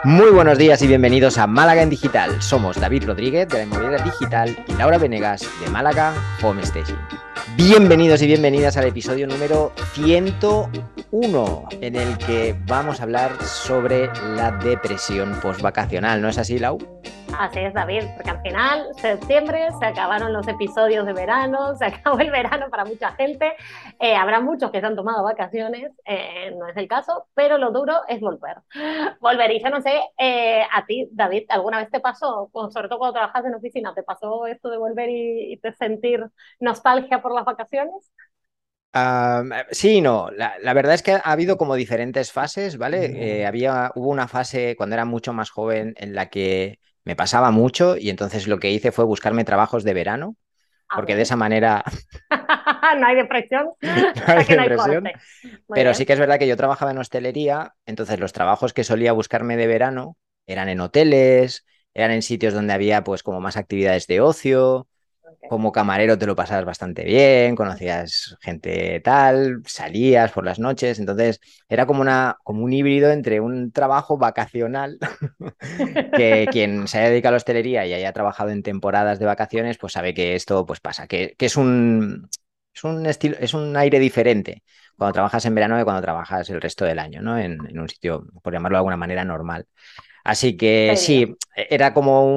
Muy buenos días y bienvenidos a Málaga en Digital. Somos David Rodríguez de la Inmobiliaria Digital y Laura Venegas de Málaga Home Staging. Bienvenidos y bienvenidas al episodio número 101, en el que vamos a hablar sobre la depresión postvacacional. ¿No es así, Lau? Así es, David, porque al final, septiembre, se acabaron los episodios de verano, se acabó el verano para mucha gente, habrá muchos que se han tomado vacaciones, no es el caso, pero lo duro es volver. Volver, y yo no sé, a ti, David, ¿alguna vez te pasó, sobre todo cuando trabajas en oficina, te pasó esto de volver y te sentir nostalgia por las vacaciones? Sí y no. La verdad es que ha habido como diferentes fases, ¿vale? Hubo una fase cuando era mucho más joven en la que me pasaba mucho y entonces lo que hice fue buscarme trabajos de verano, Ah, porque de bien. esa manera No hay depresión, no o hay sea que no hay depresión. corte. Muy Pero sí bien. que es verdad que yo trabajaba en hostelería, entonces los trabajos que solía buscarme de verano eran en hoteles, eran en sitios donde había pues como más actividades de ocio. Okay. Como camarero te lo pasabas bastante bien, conocías gente tal, salías por las noches, entonces era como un híbrido entre un trabajo vacacional que quien se haya dedicado a la hostelería y haya trabajado en temporadas de vacaciones, pues sabe que esto pues pasa, que es un estilo, es un aire diferente cuando trabajas en verano que cuando trabajas el resto del año, ¿no? En un sitio, por llamarlo de alguna manera, normal. Así que Serio. sí, era como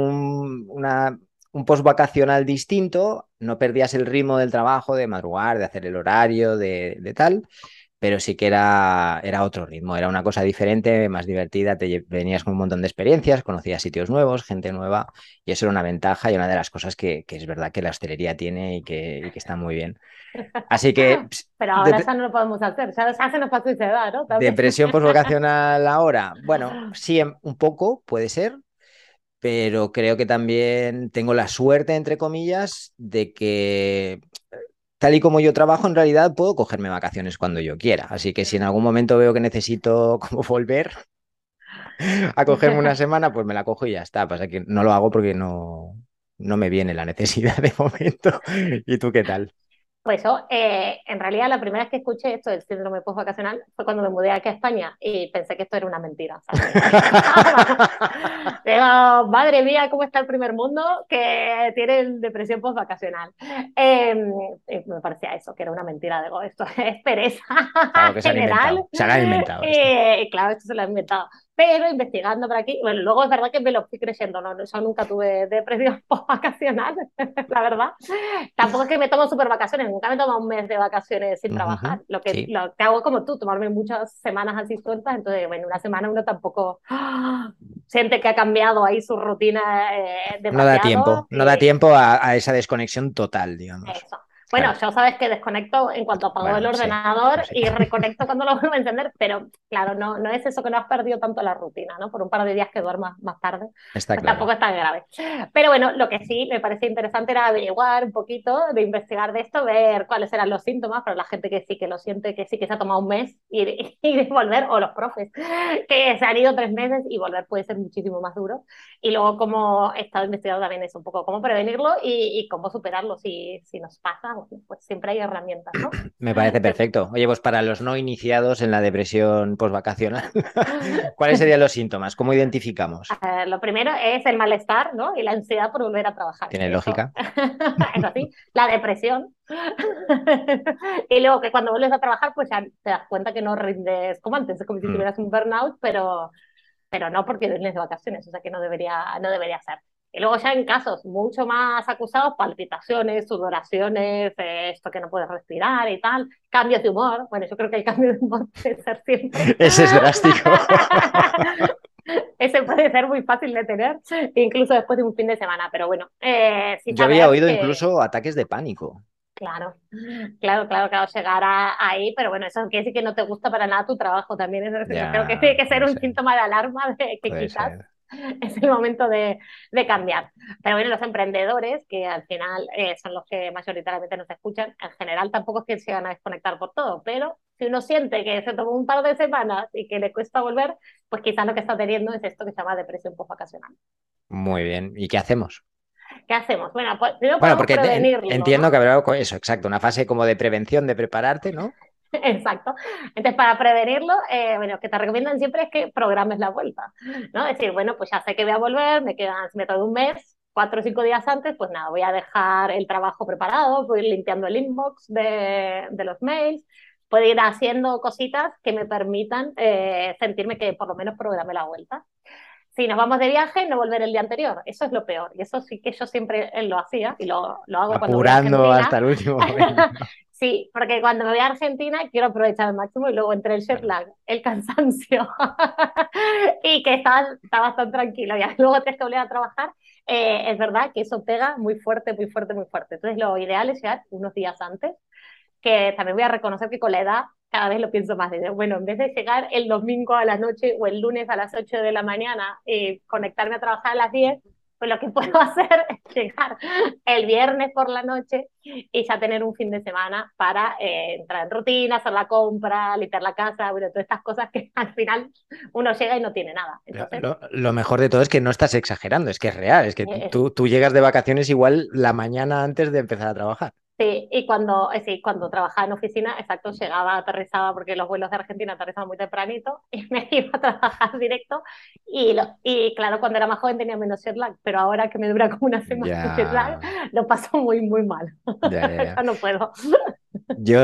un post vacacional distinto, no perdías el ritmo del trabajo, de madrugar, de hacer el horario, de tal, pero sí que era otro ritmo, era una cosa diferente, más divertida, venías con un montón de experiencias, conocías sitios nuevos, gente nueva, y eso era una ventaja y una de las cosas que es verdad que la hostelería tiene y que está muy bien. Así que Pero ahora ya no lo podemos hacer, ya se nos pasó esa edad, ¿no? También. depresión postvacacional ahora, bueno, sí, un poco puede ser, pero creo que también tengo la suerte, entre comillas, de que tal y como yo trabajo, en realidad puedo cogerme vacaciones cuando yo quiera. Así que si en algún momento veo que necesito como volver a cogerme una semana, pues me la cojo y ya está. Pasa que no lo hago porque no me viene la necesidad de momento. ¿Y tú qué tal? Pues yo, en realidad, la primera vez que escuché esto del síndrome postvacacional fue cuando me mudé aquí a España y pensé que esto era una mentira. O sea, vamos. Digo, madre mía, ¿cómo está el primer mundo que tiene depresión postvacacional? Me parecía eso, que era una mentira. Digo, esto es pereza Claro que se han general. inventado. Se han inventado esto. Y claro, esto se lo han inventado. Pero investigando por aquí, bueno, luego es verdad que me lo fui creyendo, ¿no? Yo nunca tuve depresión postvacacional, la verdad. Tampoco es que me tomo súper vacaciones, nunca me tomo un mes de vacaciones sin trabajar. Ujú. Sí, Lo que hago como tú, tomarme muchas semanas así sueltas, entonces, bueno, una semana uno tampoco siente que ha cambiado ahí su rutina no da tiempo. demasiado. No da tiempo a esa desconexión total, digamos. Eso. Bueno, Claro. yo sabes que desconecto en cuanto apago el Bueno, sí, lo ordenador sé. y reconecto cuando lo vuelvo a encender, pero claro, no es eso que no has perdido tanto la rutina, ¿no? Por un par de días que duermas más tarde, Está pues claro. tampoco es tan grave. Pero bueno, lo que sí me parecía interesante era averiguar un poquito, de investigar de esto, ver cuáles eran los síntomas para la gente que sí que lo siente, que sí que se ha tomado un mes y volver, o los profes, que se han ido 3 meses y volver puede ser muchísimo más duro. Y luego como he estado investigando también es un poco cómo prevenirlo y cómo superarlo si nos pasa, bueno, pues siempre hay herramientas, ¿no? Me parece perfecto. Oye, pues para los no iniciados en la depresión postvacacional, ¿cuáles serían los síntomas? ¿Cómo identificamos? Lo primero es el malestar, ¿no? Y la ansiedad por volver a trabajar. ¿Tiene Eso lógica? es así. La depresión. Y luego que cuando vuelves a trabajar, pues ya te das cuenta que no rindes como antes, es como si Mm. tuvieras un burnout, pero no porque vienes de vacaciones, o sea que no debería ser. Y luego ya en casos mucho más acusados, palpitaciones, sudoraciones, esto que no puedes respirar y tal, cambios de humor. Bueno, yo creo que el cambio de humor puede ser siempre. Ese es drástico. Ese puede ser muy fácil de tener, incluso después de un fin de semana, pero bueno, sí Yo había saber oído que, incluso ataques de pánico. claro, claro, llegar ahí, pero bueno, eso quiere decir que no te gusta para nada tu trabajo también, yo creo que tiene Ya, que ser puede un ser, síntoma de alarma de que puede quizás ser. es el momento de cambiar. Pero bueno, los emprendedores, que al final son los que mayoritariamente nos escuchan, en general tampoco es que se van a desconectar por todo, pero si uno siente que se tomó un par de semanas y que le cuesta volver, pues quizás lo que está teniendo es esto que se llama depresión postvacacional. Muy bien. ¿Y qué hacemos? ¿Qué hacemos? Bueno, pues primero Bueno, podemos porque prevenirlo, entiendo ¿no? que habrá eso, exacto, una fase como de prevención, de prepararte, ¿no? Exacto. Entonces, para prevenirlo, bueno, que te recomiendan siempre es que programes la vuelta, ¿no? Es decir, bueno, pues ya sé que voy a volver, me quedan, si me todo un mes, 4 o 5 días antes, pues nada, voy a dejar el trabajo preparado, voy a ir limpiando el inbox de los mails, puedo ir haciendo cositas que me permitan sentirme que por lo menos programé la vuelta. Si nos vamos de viaje, no volver el día anterior. Eso es lo peor. Y eso sí que yo siempre lo hacía y lo hago cuando voy a Apurando Argentina. hasta el último momento. Sí, porque cuando me voy a Argentina quiero aprovechar al máximo y luego entre el jet Claro. lag, el cansancio y que estabas tan tranquilo y luego tienes que volver a trabajar, es verdad que eso pega muy fuerte, muy fuerte, muy fuerte. Entonces lo ideal es llegar unos días antes, que también voy a reconocer que con la edad cada vez lo pienso más. De, bueno, en vez de llegar el domingo a la noche o el lunes a las 8 de la mañana y conectarme a trabajar a las 10, pues lo que puedo hacer es llegar el viernes por la noche y ya tener un fin de semana para entrar en rutina, hacer la compra, limpiar la casa, bueno, todas estas cosas que al final uno llega y no tiene nada. Entonces, Lo mejor de todo es que no estás exagerando, es que es real, es que eh, tú llegas de vacaciones igual la mañana antes de empezar a trabajar. sí, y cuando, sí, cuando trabajaba en oficina, exacto, llegaba, aterrizaba, porque los vuelos de Argentina aterrizaban muy tempranito, y me iba a trabajar directo. Y claro, cuando era más joven tenía menos jet lag, pero ahora que me dura como una semana de jet lag, Ya, lo paso muy, muy mal. ya. Ya no puedo. Yo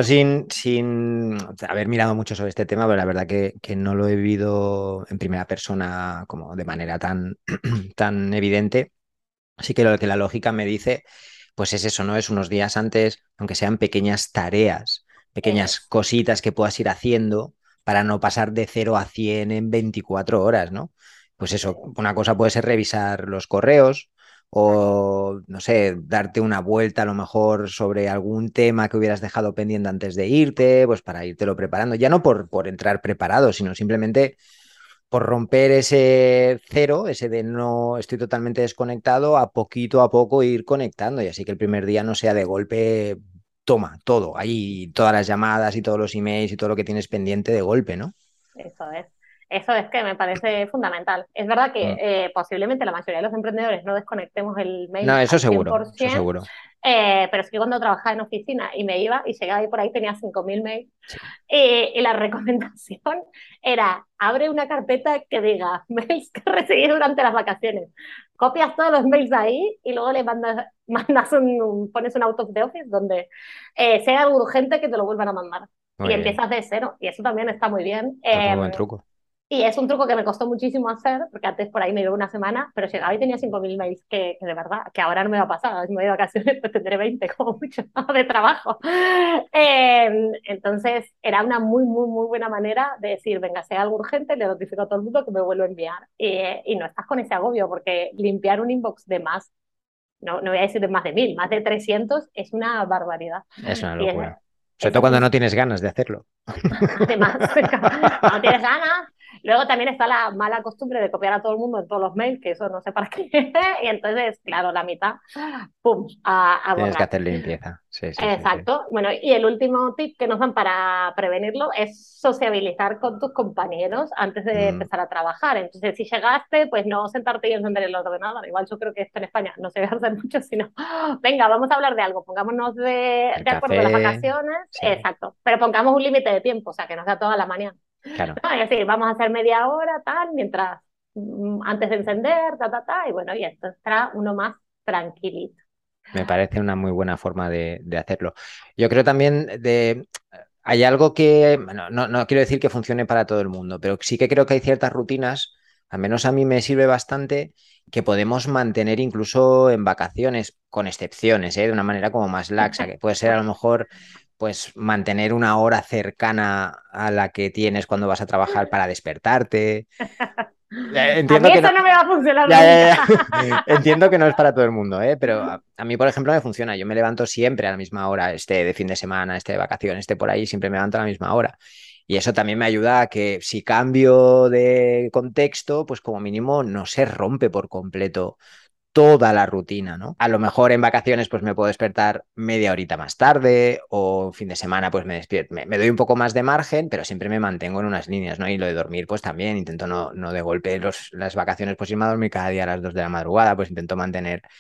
sin haber mirado mucho sobre este tema, pero la verdad que no lo he vivido en primera persona como de manera tan, tan evidente. Así que lo que la lógica me dice, pues es eso, ¿no? Es unos días antes, aunque sean pequeñas tareas, pequeñas Es, cositas que puedas ir haciendo para no pasar de 0 a 100 en 24 horas, ¿no? Pues eso, eh, una cosa puede ser revisar los correos o, no sé, darte una vuelta a lo mejor sobre algún tema que hubieras dejado pendiente antes de irte, pues para írtelo preparando, ya no por entrar preparado, sino simplemente por romper ese cero, ese de no estoy totalmente desconectado, a poco ir conectando y así que el primer día no sea de golpe, toma todo, ahí todas las llamadas y todos los emails y todo lo que tienes pendiente de golpe, ¿no? Eso es. Eso es que me parece fundamental. Es verdad que Mm. posiblemente la mayoría de los emprendedores no desconectemos el No, mail al cien por eso ciento, seguro. pero sí que cuando trabajaba en oficina y me iba y llegaba y por ahí tenía 5.000 mails, Sí. y la recomendación era, abre una carpeta que diga mails que recibí durante las vacaciones. Copias todos los mails ahí y luego le pones un out of the office donde sea algo urgente que te lo vuelvan a mandar. Y Muy bien, empiezas de cero. Y eso también está muy bien. es muy buen truco. Y es un truco que me costó muchísimo hacer, porque antes por ahí me iba una semana, pero llegaba y tenía 5.000 mails que de verdad, que ahora no me va a pasar. Si me voy de vacaciones, pues tendré 20 como mucho de trabajo. Entonces, era una muy, muy, muy buena manera de decir, venga, si hay algo urgente, le notifico a todo el mundo que me vuelvo a enviar. Y no estás con ese agobio, porque limpiar un inbox de más, no voy a decir de más de 1.000, más de 300 es una barbaridad. Es una Y locura. Sobre eso todo es cuando un no tienes ganas de hacerlo. además, no tienes ganas. Luego también está la mala costumbre de copiar a todo el mundo en todos los mails, que eso no sé para qué. Y entonces, claro, la mitad, ¡pum!, a Tienes que borrar. hacer limpieza. Sí, sí, sí, sí. Exacto. Bueno, y el último tip que nos dan para prevenirlo es sociabilizar con tus compañeros antes de Mm, empezar a trabajar. Entonces, si llegaste, pues no sentarte y encender el ordenador. Igual yo creo que esto en España no se ve hacer mucho, sino, venga, vamos a hablar de algo, pongámonos el de acuerdo en las café, vacaciones, sí, exacto, pero pongamos un límite de tiempo, o sea, que no sea toda la mañana. claro. No, es decir, vamos a hacer media hora, tal, mientras, antes de encender, y bueno, y esto estará uno más tranquilito. Me parece una muy buena forma de hacerlo. Yo creo también hay algo que, bueno, no quiero decir que funcione para todo el mundo, pero sí que creo que hay ciertas rutinas, al menos a mí me sirve bastante, que podemos mantener incluso en vacaciones, con excepciones, ¿eh? De una manera como más laxa, que puede ser a lo mejor, pues, mantener una hora cercana a la que tienes cuando vas a trabajar para despertarte. A Entiendo mí que eso no, no me va a funcionar ya, nunca. ya, ya. Entiendo que no es para todo el mundo, ¿eh? Pero a mí, por ejemplo, me funciona. Yo me levanto siempre a la misma hora, esté de fin de semana, esté de vacaciones, esté por ahí, siempre me levanto a la misma hora. Y eso también me ayuda a que si cambio de contexto, pues como mínimo no se rompe por completo toda la rutina, ¿no? A lo mejor en vacaciones pues me puedo despertar media horita más tarde o fin de semana pues me despierto, me doy un poco más de margen, pero siempre me mantengo en unas líneas, ¿no? Y lo de dormir pues también intento no de golpe las vacaciones pues irme a dormir cada día a las 2 de la madrugada, pues intento mantener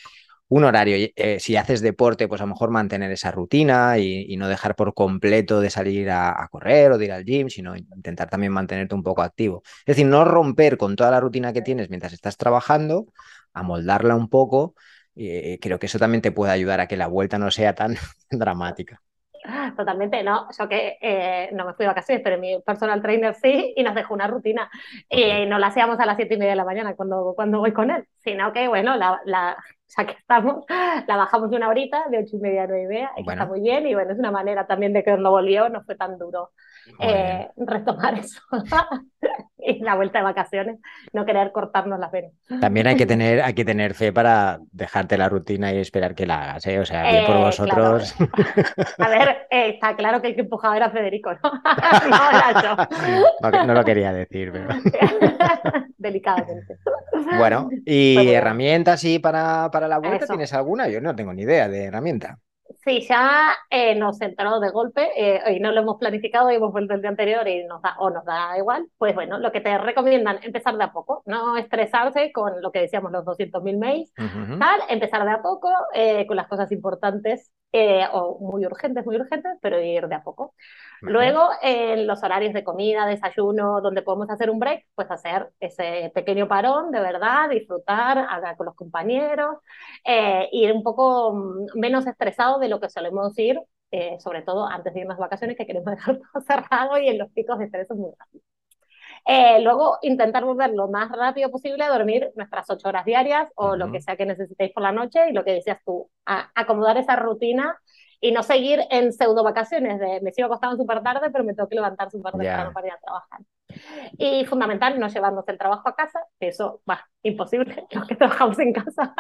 un horario. Si haces deporte, pues a lo mejor mantener esa rutina y no dejar por completo de salir a correr o de ir al gym, sino intentar también mantenerte un poco activo. Es decir, no romper con toda la rutina que tienes mientras estás trabajando, amoldarla un poco. Creo que eso también te puede ayudar a que la vuelta no sea tan dramática. Totalmente, no, yo que no me fui de vacaciones, pero mi personal trainer sí, y nos dejó una rutina. Ok. Y no la hacíamos a las 7:30 de la mañana cuando voy con él, sino que, bueno, ya que estamos, la bajamos de una horita, de 8:30 a 9:30, y que está Bueno, muy bien, y bueno, es una manera también de que cuando volvió no fue tan duro muy bien. retomar eso. Y la vuelta de vacaciones, no querer cortarnos las venas. También hay que tener fe para dejarte la rutina y esperar que la hagas, ¿eh? O sea, bien por Claro, vosotros. a ver, está claro que el que empujaba era Federico, ¿no? No era yo. No, no lo quería decir, pero. Delicadamente. Bueno, Pues ¿y muy bien. herramientas sí para la vuelta? Eso. ¿Tienes alguna? Yo no tengo ni idea de herramienta. Sí, ya nos entró de golpe y no lo hemos planificado y hemos vuelto el día anterior y nos da igual, pues bueno, lo que te recomiendan empezar de a poco, no estresarse con lo que decíamos, los 200.000 mails, Ujú. tal, empezar de a poco con las cosas importantes o muy urgentes, pero ir de a poco. Vale. Luego, en los horarios de comida, desayuno, donde podemos hacer un break, pues hacer ese pequeño parón, de verdad, disfrutar, hablar con los compañeros, ir un poco menos estresado de lo que solemos ir, sobre todo antes de irnos de vacaciones, que queremos dejar todo cerrado y en los picos de estrés es muy rápido. Luego, intentar volver lo más rápido posible a dormir nuestras 8 horas diarias o lo que Ujú. sea que necesitéis por la noche y lo que decías tú, acomodar esa rutina y no seguir en pseudo vacaciones de me sigo acostando súper tarde, pero me tengo que levantar súper temprano Ya. para ir a trabajar. Y fundamental, no llevarnos el trabajo a casa, que eso va, imposible, los que trabajamos en casa.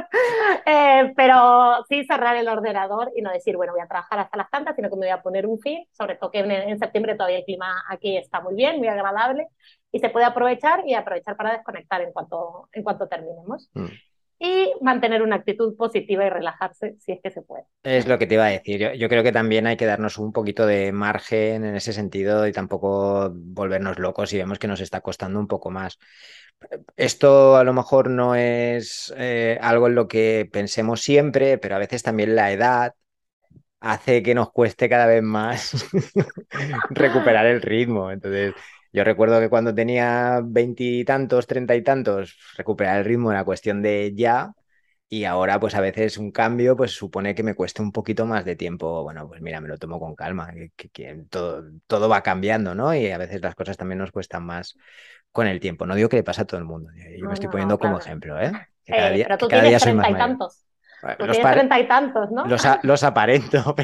Pero sí cerrar el ordenador y no decir, bueno, voy a trabajar hasta las tantas, sino que me voy a poner un fin, sobre todo que en septiembre todavía el clima aquí está muy bien, muy agradable, y se puede aprovechar y aprovechar para desconectar en cuanto terminemos. Mm. Y mantener una actitud positiva y relajarse si es que se puede. Es lo que te iba a decir. Yo creo que también hay que darnos un poquito de margen en ese sentido y tampoco volvernos locos si vemos que nos está costando un poco más. Esto a lo mejor no es algo en lo que pensemos siempre, pero a veces también la edad hace que nos cueste cada vez más recuperar el ritmo. Entonces, yo recuerdo que cuando tenía veintitantos, treinta y tantos, recuperar el ritmo era cuestión de ya. Y ahora, pues a veces un cambio, pues supone que me cueste un poquito más de tiempo. Bueno, pues mira, me lo tomo con calma, que todo va cambiando, ¿no? Y a veces las cosas también nos cuestan más con el tiempo. No digo que le pasa a todo el mundo. Yo me No, estoy no, no, poniendo como claro. ejemplo, ¿eh? Pero Que tú cada tienes día soy treinta más y mayor. tantos. Tú Los, tienes par- 30 y tantos, ¿no? los aparento,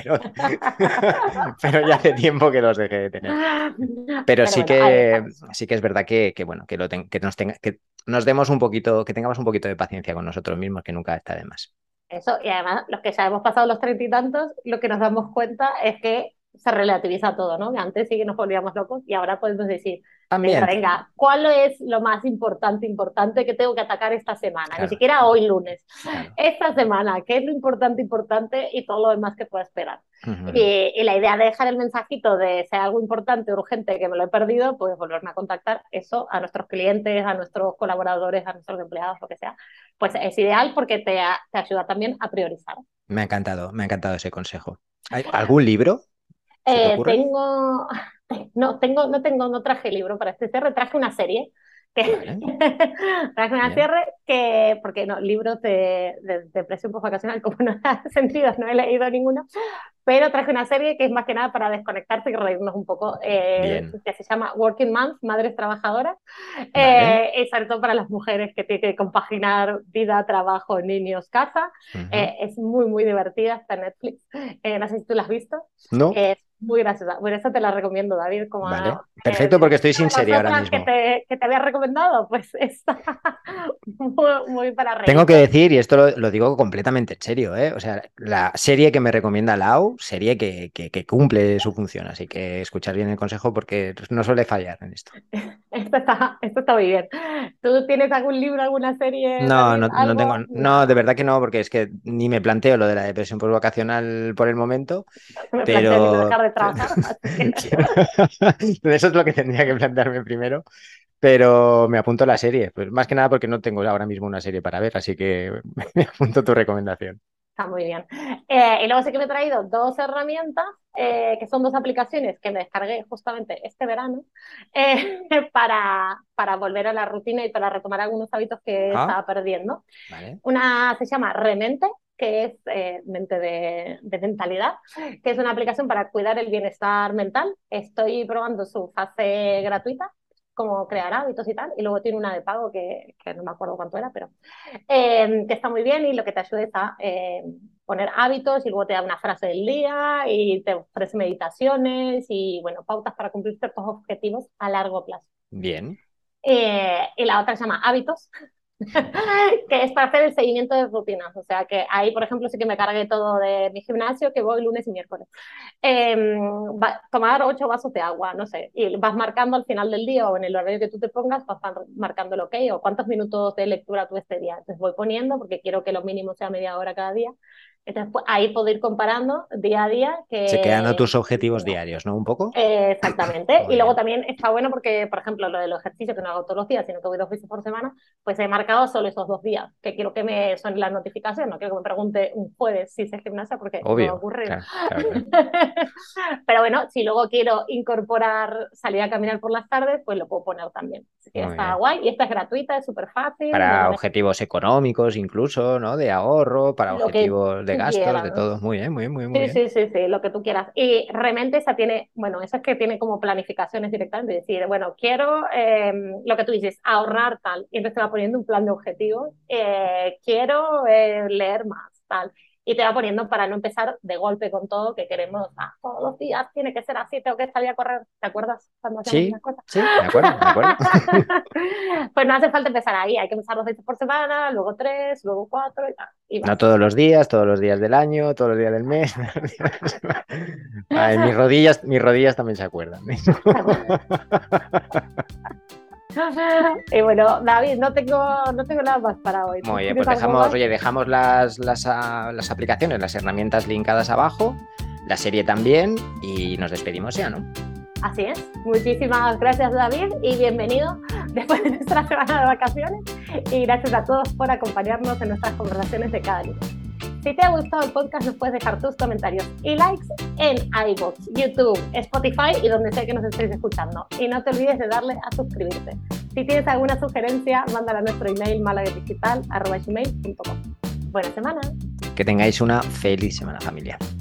pero ya hace tiempo que los dejé de tener. Pero Pero bueno, ahí estamos. sí que es verdad que bueno, que nos demos un poquito, que tengamos un poquito de paciencia con nosotros mismos, que nunca está de más. Eso, y además, los que ya hemos pasado los 30 y tantos, lo que nos damos cuenta es que se relativiza todo, ¿no? Que antes sí que nos volvíamos locos y ahora podemos decir, venga, También, venga, ¿cuál es lo más importante que tengo que atacar esta semana? Ni claro, siquiera hoy lunes. claro. Esta semana, ¿qué es lo importante y todo lo demás que pueda esperar? Ujú. Y la idea de dejar el mensajito de si hay algo importante, urgente, que me lo he perdido, pues volverme a contactar eso a nuestros clientes, a nuestros colaboradores, a nuestros empleados, lo que sea, pues es ideal porque te ayuda también a priorizar. Me ha encantado ese consejo. ¿Hay algún libro? ¿Se te ocurre? Tengo, no traje libro para este cierre, traje una serie. Que, Vale, traje una bien. serie porque no, libros de presión vacacional como no ha sentido, no he leído ninguno, pero traje una serie que es más que nada para desconectarse y reírnos un poco, Bien, que se llama Working Moms, Madres Trabajadoras, vale. y sobre todo para las mujeres que tienen que compaginar vida, trabajo, niños, casa. Ujú. Es muy, muy divertida, está en Netflix. No sé si tú la has visto. No, Es muy graciosa. Por eso te la recomiendo, David, como vale. Perfecto, porque estoy sin de las serie ahora otras que mismo. te había recomendado, pues está muy, muy para Tengo que reírse. decir, y esto lo digo completamente en serio, ¿eh? O sea, la serie que me recomienda Lau, serie que cumple su función, así que escuchar bien el consejo porque no suele fallar en esto. Esto está muy bien. ¿Tú tienes algún libro, alguna serie, No, David? no, no tengo, ¿Algo? no, de Nada. verdad que no, porque es que ni me planteo lo de la depresión postvacacional por el momento, No me planteo ni pero dejar de trabajar, así que eso es lo que tendría que plantearme primero. pero me apunto la serie. Pues más que nada porque no tengo ahora mismo una serie para ver, así que me apunto tu recomendación. Está muy bien. Y luego sí que me he traído dos herramientas, que son dos aplicaciones que me descargué justamente este verano, para volver a la rutina y para retomar algunos hábitos que Ajá, estaba perdiendo. vale. Una se llama Remente, que es mente de mentalidad, que es una aplicación para cuidar el bienestar mental. Estoy probando su fase gratuita, como crear hábitos y tal, y luego tiene una de pago que no me acuerdo cuánto era, pero que está muy bien y lo que te ayuda es a poner hábitos y luego te da una frase del día y te ofrece meditaciones y, bueno, pautas para cumplir ciertos objetivos a largo plazo. Bien. Y la otra se llama Hábitos, que es para hacer el seguimiento de rutinas. O sea que ahí, por ejemplo, sí que me cargué todo de mi gimnasio, que voy lunes y miércoles. Tomar 8 vasos de agua, no sé, y vas marcando al final del día o en el horario que tú te pongas, vas marcando el ok o cuántos minutos de lectura tú este día. Entonces voy poniendo porque quiero que lo mínimo sea media hora cada día. Entonces pues, ahí puedo ir comparando día a día Se quedando que tus objetivos diarios, ¿no? Un poco. exactamente. Y Muy luego bien. también está bueno porque, por ejemplo, lo de los ejercicios que no hago todos los días, sino que voy 2 veces por semana, pues he marcado solo esos 2 días, que quiero que me suene la notificación, no quiero que me pregunte un jueves si hice gimnasia porque me va a Obvio. ocurrir. Claro, claro, claro. Pero bueno, si luego quiero incorporar salir a caminar por las tardes, pues lo puedo poner también. Así que Muy está bien. guay. Y esta es gratuita, es súper fácil, lo Para manejo objetivos económicos incluso, ¿no? De ahorro, para lo que objetivos de tú gastos, de quieras. todo. Muy bien, muy bien, muy, muy Sí, bien. sí, sí, sí, lo que tú quieras. Y realmente esa tiene, bueno, esa es que tiene como planificaciones directamente, decir, bueno, quiero lo que tú dices, ahorrar tal, y entonces te va poniendo un plan de objetivos, quiero leer más, tal, y te va poniendo para no empezar de golpe con todo, que queremos, todos los días tiene que ser así, tengo que salir a correr, ¿te acuerdas cuando hacíamos Sí, esas cosas? sí, me acuerdo, me acuerdo. Pues no hace falta empezar ahí, hay que empezar 2 veces por semana, luego 3, luego 4 y tal, y No vas. todos los días del año, todos los días del mes. Ay, mis rodillas también se acuerdan. Y bueno, David, no tengo nada más para hoy. ¿Tú Muy bien, tienes pues algo dejamos, más? oye, dejamos las aplicaciones, las herramientas linkadas abajo, la serie también, y nos despedimos ya, ¿no? Así es. Muchísimas gracias, David, y bienvenido después de nuestra semana de vacaciones. Y gracias a todos por acompañarnos en nuestras conversaciones de cada lunes. Si te ha gustado el podcast, nos puedes dejar tus comentarios y likes en iVoox, YouTube, Spotify y donde sea que nos estéis escuchando. Y no te olvides de darle a suscribirte. Si tienes alguna sugerencia, mándala a nuestro email malaguedigital@gmail.com. Buena semana. Que tengáis una feliz semana, familia.